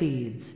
proceeds.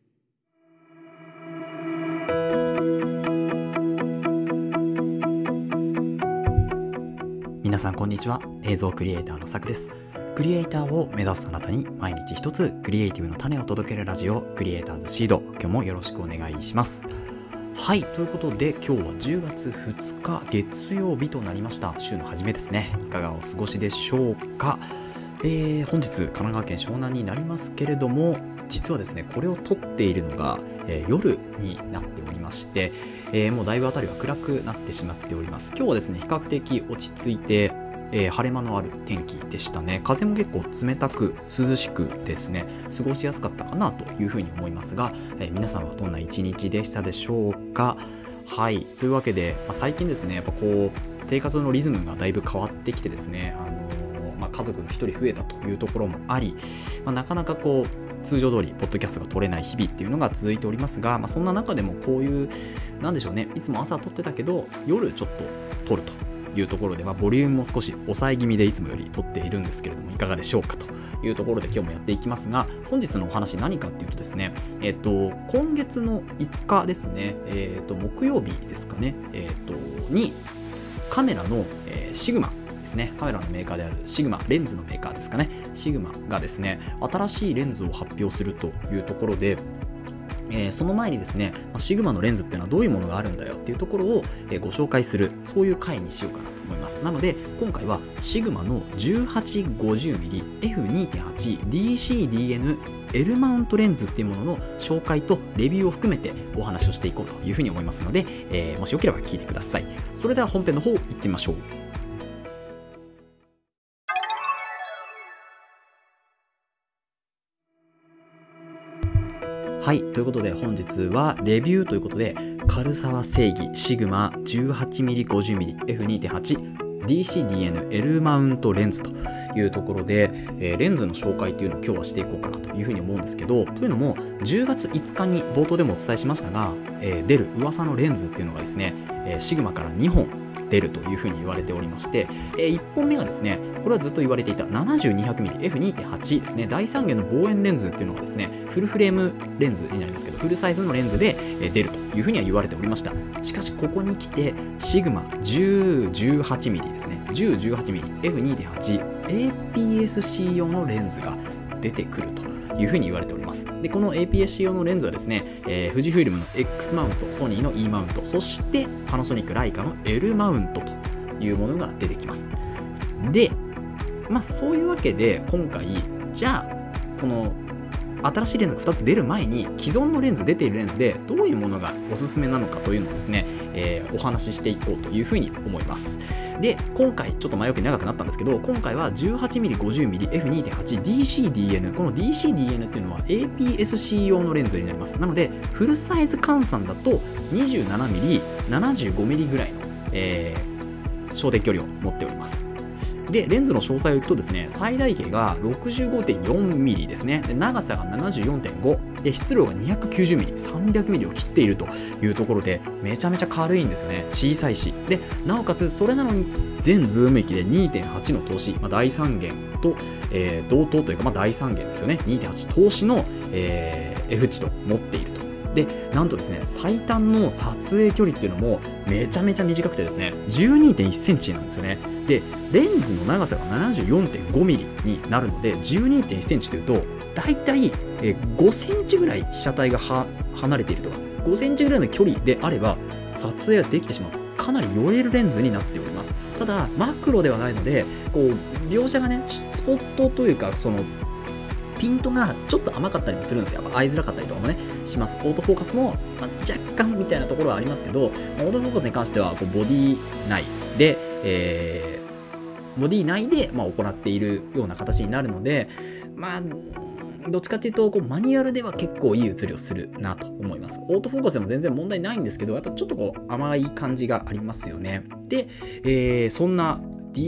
皆さんこんにちは。映像クリエイターのさくです。クリエイターを目指すあなたに毎日一つクリエイティブの種を届けるラジオ、クリエイターズシード。今日もよろしくお願いします。はい、ということで今日は10月2日月曜日となりました。週の初めですね。いかがお過ごしでしょうか。本日神奈川県湘南になりますけれども、実はですねこれを撮っているのが、夜になっておりまして、もうだいぶ辺りは暗くなってしまっております。今日はですね比較的落ち着いて、晴れ間のある天気でしたね。風も結構冷たく涼しくですね過ごしやすかったかなというふうに思いますが、皆さんはどんな一日でしたでしょうか。はい、というわけで、最近ですねやっぱこう生活のリズムがだいぶ変わってきてですね、家族が一人増えたというところもあり、なかなかこう通常通りポッドキャストが撮れない日々っていうのが続いておりますが、そんな中でもこういうなんでしょうね、いつも朝撮ってたけど夜ちょっと撮るというところで、ボリュームも少し抑え気味でいつもより撮っているんですけれども、いかがでしょうかというところで今日もやっていきますが、本日のお話何かっていうとですね、今月の5日ですね、木曜日ですかね、にカメラの、シグマですね、カメラのメーカーであるシグマ、レンズのメーカーですかね、シグマがですね新しいレンズを発表するというところで、その前にですねシグマのレンズっていうのはどういうものがあるんだよっていうところを、ご紹介する、そういう回にしようかなと思います。なので今回はシグマの 1850mmF2.8DCDN L マウントレンズっていうものの紹介とレビューを含めてお話をしていこうというふうに思いますので、もしよければ聞いてください。それでは本編の方行ってみましょう。はい、ということで本日はレビューということで、軽沢正義シグマ 18mm50mmF2.8 DCDN L マウントレンズというところで、レンズの紹介というのを今日はしていこうかなというふうに思うんですけど、というのも10月5日に冒頭でもお伝えしましたが、出る噂のレンズっていうのがですね、シグマから2本出るというふうに言われておりまして、1本目がですね、これはずっと言われていた 70-200mmF2.8 ですね、大三元の望遠レンズっていうのがですねフルフレームレンズになりますけど、フルサイズのレンズで出るというふうには言われておりました。しかしここに来てシグマ 10-18mm ですね、 10-18mmF2.8 APS-C 用のレンズが出てくるというふうに言われております。でこの APS-C 用のレンズはですね、富士フイルムの X マウント、ソニーの E マウント、そしてパナソニック、ライカの L マウントというものが出てきます。で、そういうわけで今回じゃあこの新しいレンズが2つ出る前に既存のレンズ、出ているレンズでどういうものがおすすめなのかというのをですね、お話ししていこうというふうに思います。で今回ちょっと前置き長くなったんですけど、今回は 18mm50mmF2.8DCDN、 この DCDN っていうのは APS-C 用のレンズになります。なのでフルサイズ換算だと 27mm、75mm ぐらいの、焦点距離を持っております。でレンズの詳細をいくとですね、最大径が 65.4mm ですね、で長さが 74.5 で質量が 290mm、300mm を切っているというところで、めちゃめちゃ軽いんですよね。小さいし、でなおかつそれなのに全ズーム域で 2.8 の投資、大三元と、同等というか、大三元ですよね。 2.8 投資の、F 値と持っていると。でなんとですね最短の撮影距離っていうのもめちゃめちゃ短くてですね 12.1 センチなんですよね。でレンズの長さが 74.5 ミリになるので 12.1 センチというとだいたい5センチぐらい被写体が離れているとか、5センチぐらいの距離であれば撮影ができてしまう、かなり寄れるレンズになっております。ただマクロではないので、こう描写がねスポットというかそのピントがちょっと甘かったりもするんですよ。合いづらかったりとかもねします。オートフォーカスも、若干みたいなところはありますけど、オートフォーカスに関してはこうボディ内で、行っているような形になるので、どっちかっていうとこうマニュアルでは結構いい写りをするなと思います。オートフォーカスでも全然問題ないんですけど、やっぱちょっとこう甘い感じがありますよね。で、そんな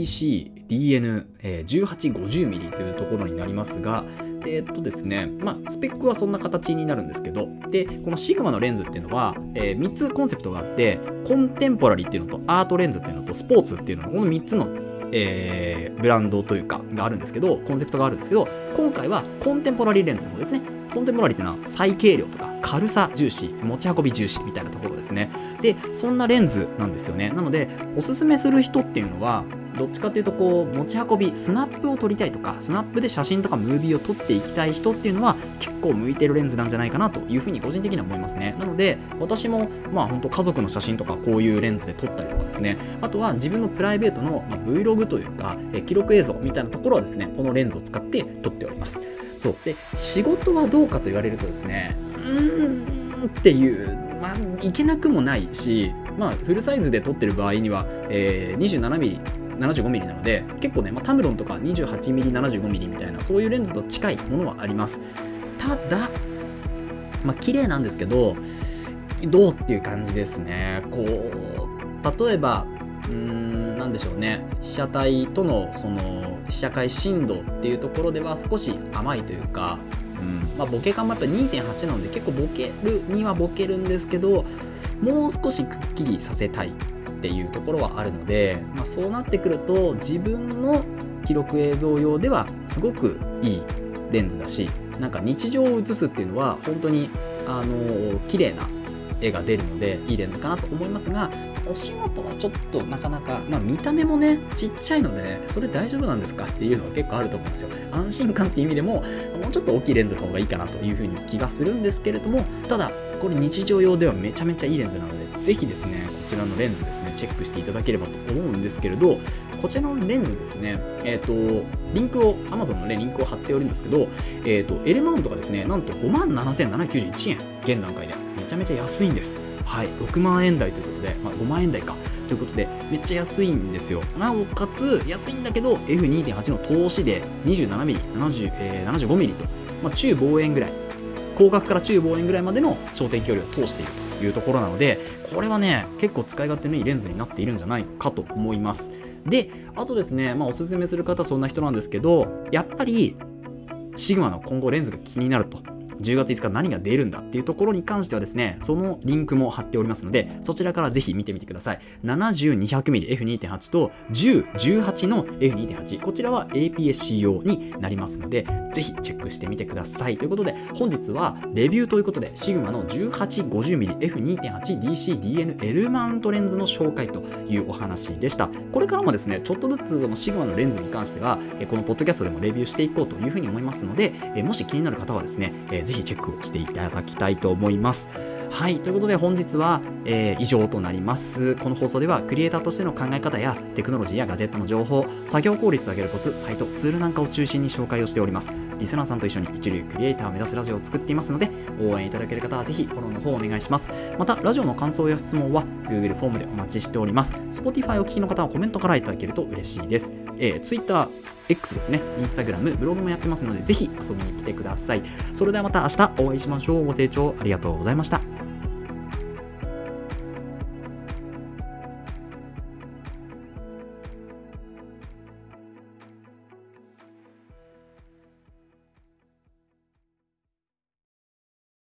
DCDN1850mm というところになりますが、ですね、スペックはそんな形になるんですけど、で、このシグマのレンズっていうのは、3つコンセプトがあって、コンテンポラリーっていうのとアートレンズっていうのとスポーツっていうの、この3つの、ブランドというかがあるんですけど、コンセプトがあるんですけど、今回はコンテンポラリーレンズの方ですね。 コンテンポラリーってのは最軽量とか軽さ重視、持ち運び重視みたいなところですね。でそんなレンズなんですよね。なのでおすすめする人っていうのはどっちかっていうとこう持ち運びスナップを撮りたいとかスナップで写真とかムービーを撮っていきたい人っていうのは結構向いてるレンズなんじゃないかなというふうに個人的には思いますね。なので私も本当家族の写真とかこういうレンズで撮ったりとかですね、あとは自分のプライベートの、Vlog というか記録映像みたいなところはですねこのレンズを使って撮っております。そうで仕事はどうかと言われるとですねっていういけなくもないし、フルサイズで撮ってる場合には、27mm 75mm なので結構ね、タムロンとか 28mm75mm みたいなそういうレンズと近いものはあります。ただ綺麗なんですけどどうっていう感じですね。こう例えばなんでしょうね、被写体とのその被写界深度っていうところでは少し甘いというか、ボケ感もやっぱ 2.8 なので結構ボケるにはボケるんですけどもう少しくっきりさせたいっていうところはあるので、そうなってくると自分の記録映像用ではすごくいいレンズだし、なんか日常を写すっていうのは本当に綺麗な絵が出るのでいいレンズかなと思いますが、お仕事はちょっとなかなか、見た目もねちっちゃいのでねそれ大丈夫なんですかっていうのは結構あると思うんですよ。安心感っていう意味でももうちょっと大きいレンズの方がいいかなというふうに気がするんですけれども、ただこれ日常用ではめちゃめちゃいいレンズなのでぜひですねこちらのレンズですねチェックしていただければと思うんですけれど、こちらのレンズですねリンクを Amazon の、リンクを貼っておるんですけど、L マウントがですねなんと 57,791 円現段階でめちゃめちゃ安いんです。はい、6万円台ということで、5万円台かということでめっちゃ安いんですよ。なおかつ安いんだけど F2.8 の投資で 27mm、75mm と、中望遠ぐらい、広角から中望遠ぐらいまでの焦点距離を通しているというところなので、これはね結構使い勝手のいいレンズになっているんじゃないかと思います。であとですね、おすすめする方はそんな人なんですけど、やっぱりシグマの今後レンズが気になると、10月5日何が出るんだっていうところに関してはですね、そのリンクも貼っておりますので、そちらからぜひ見てみてください。70-200mm F2.8 と 10-18 の F2.8、こちらは APS-C 用になりますので、ぜひチェックしてみてください。ということで、本日はレビューということで、シグマの 18-50mm F2.8 DC-DN-L マウントレンズの紹介というお話でした。これからもですね、ちょっとずつそのシグマのレンズに関しては、このポッドキャストでもレビューしていこうというふうに思いますので、もし気になる方はですね、ぜひチェックをしていただきたいと思います。はい、ということで本日は、以上となります。この放送ではクリエイターとしての考え方やテクノロジーやガジェットの情報、作業効率を上げるコツ、サイト、ツールなんかを中心に紹介をしております。リスナーさんと一緒に一流クリエイターを目指すラジオを作っていますので、応援いただける方はぜひフォローの方をお願いします。またラジオの感想や質問は Google フォームでお待ちしております。 Spotify をお聞きの方はコメントからいただけると嬉しいです。Twitter、X ですね、Instagram、ブログもやってますのでぜひ遊びに来てください。それではまた明日お会いしましょう。ご清聴ありがとうございました。